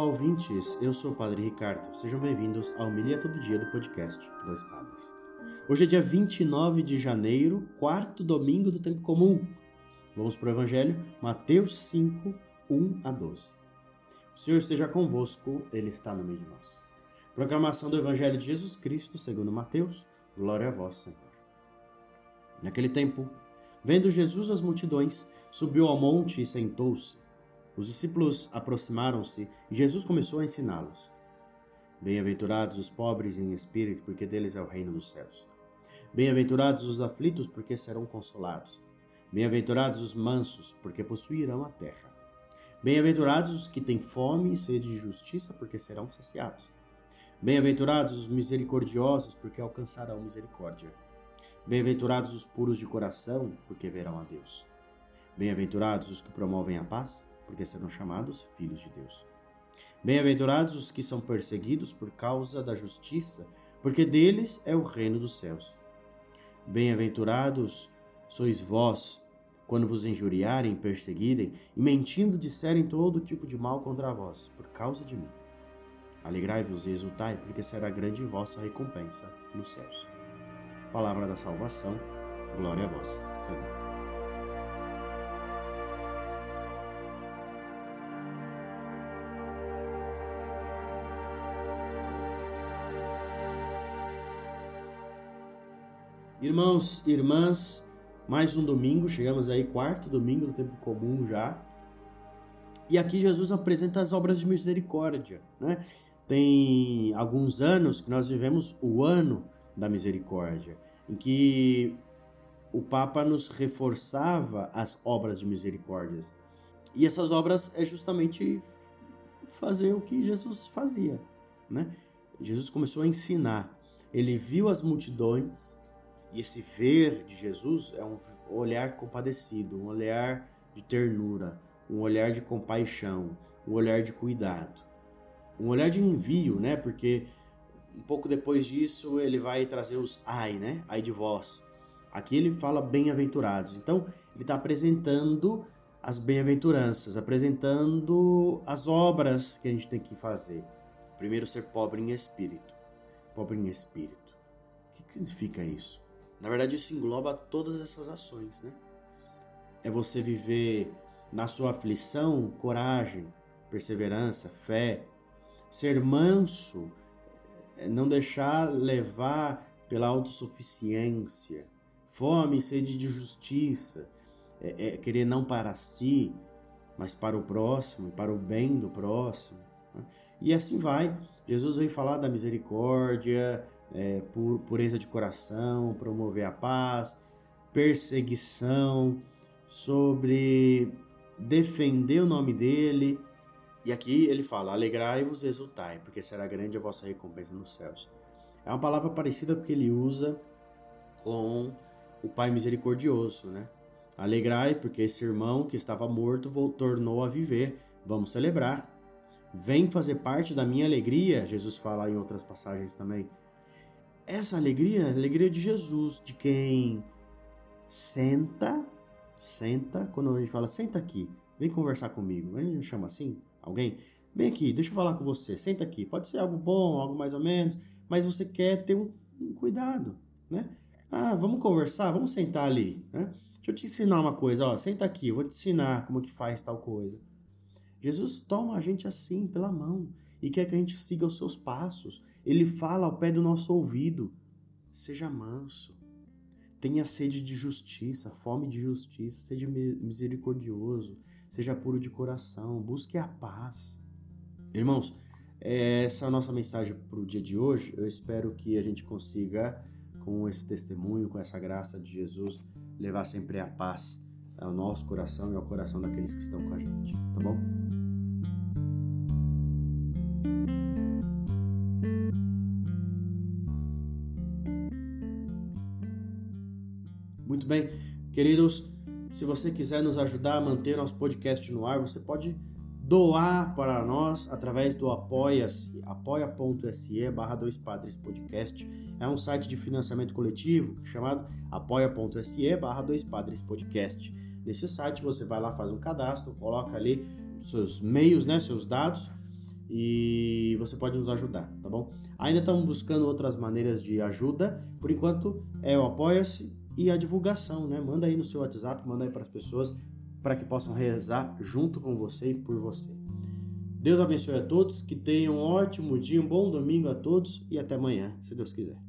ouvintes, eu sou o Padre Ricardo. Sejam bem-vindos ao Homilia Todo Dia do podcast Dois Padres. Hoje é dia 29 de janeiro, quarto domingo do tempo comum. Vamos para o Evangelho, Mateus 5, 1 a 12. O Senhor esteja convosco, Ele está no meio de nós. Proclamação do Evangelho de Jesus Cristo, segundo Mateus, glória a vós, Senhor. Naquele tempo, vendo Jesus as multidões, subiu ao monte e sentou-se. Os discípulos aproximaram-se e Jesus começou a ensiná-los. Bem-aventurados os pobres em espírito, porque deles é o reino dos céus. Bem-aventurados os aflitos, porque serão consolados. Bem-aventurados os mansos, porque possuirão a terra. Bem-aventurados os que têm fome e sede de justiça, porque serão saciados. Bem-aventurados os misericordiosos, porque alcançarão misericórdia. Bem-aventurados os puros de coração, porque verão a Deus. Bem-aventurados os que promovem a paz, porque serão chamados filhos de Deus. Bem-aventurados os que são perseguidos por causa da justiça, porque deles é o reino dos céus. Bem-aventurados sois vós, quando vos injuriarem, perseguirem e mentindo disserem todo tipo de mal contra vós, por causa de mim. Alegrai-vos e exultai, porque será grande vossa recompensa nos céus. Palavra da salvação, glória a vós, Senhor. Irmãos e irmãs, mais um domingo, chegamos aí, quarto domingo do tempo comum já. E aqui Jesus apresenta as obras de misericórdia, né? Tem alguns anos que nós vivemos o ano da misericórdia, em que o Papa nos reforçava as obras de misericórdia. E essas obras é justamente fazer o que Jesus fazia, né? Jesus começou a ensinar. Ele viu as multidões. E esse ver de Jesus é um olhar compadecido, um olhar de ternura, um olhar de compaixão, um olhar de cuidado, um olhar de envio, né? Porque um pouco depois disso ele vai trazer os ai, né? Ai de vós. Aqui ele fala bem-aventurados. Então ele está apresentando as bem-aventuranças, apresentando as obras que a gente tem que fazer. Primeiro, ser pobre em espírito. Pobre em espírito. O que significa isso? Na verdade, isso engloba todas essas ações, né? É você viver na sua aflição, coragem, perseverança, fé. Ser manso, não deixar levar pela autossuficiência. Fome e sede de justiça, querer não para si, mas para o próximo, para o bem do próximo. Né? E assim vai. Jesus veio falar da misericórdia, pureza de coração, promover a paz, perseguição, sobre defender o nome dele. E aqui ele fala, alegrai-vos e exultai, porque será grande a vossa recompensa nos céus. É uma palavra parecida com que ele usa com o Pai misericordioso, né? Alegrai, porque esse irmão que estava morto tornou a viver. Vamos celebrar. Vem fazer parte da minha alegria, Jesus fala em outras passagens também. Essa alegria é a alegria de Jesus, de quem senta, quando a gente fala, senta aqui, vem conversar comigo, a gente chama assim, alguém, vem aqui, deixa eu falar com você, senta aqui, pode ser algo bom, algo mais ou menos, mas você quer ter um cuidado, né? Ah, vamos conversar, vamos sentar ali, né? Deixa eu te ensinar uma coisa, ó, senta aqui, eu vou te ensinar como que faz tal coisa. Jesus toma a gente assim, pela mão, e quer que a gente siga os seus passos. Ele fala ao pé do nosso ouvido, seja manso, tenha sede de justiça, fome de justiça, seja misericordioso, seja puro de coração, busque a paz. Irmãos, essa é a nossa mensagem para o dia de hoje. Eu espero que a gente consiga, com esse testemunho, com essa graça de Jesus, levar sempre a paz ao nosso coração e ao coração daqueles que estão com a gente, tá bom? Muito bem, queridos, se você quiser nos ajudar a manter nosso podcast no ar, você pode doar para nós através do Apoia-se, apoia.se/doispadrespodcast. É um site de financiamento coletivo chamado apoia.se/doispadrespodcast. Nesse site você vai lá, faz um cadastro, coloca ali seus meios, né, seus dados, e você pode nos ajudar, tá bom? Ainda estamos buscando outras maneiras de ajuda. Por enquanto é o Apoia-se e a divulgação, né? Manda aí no seu WhatsApp, manda aí para as pessoas para que possam rezar junto com você e por você. Deus abençoe a todos, que tenham um ótimo dia, um bom domingo a todos e até amanhã, se Deus quiser.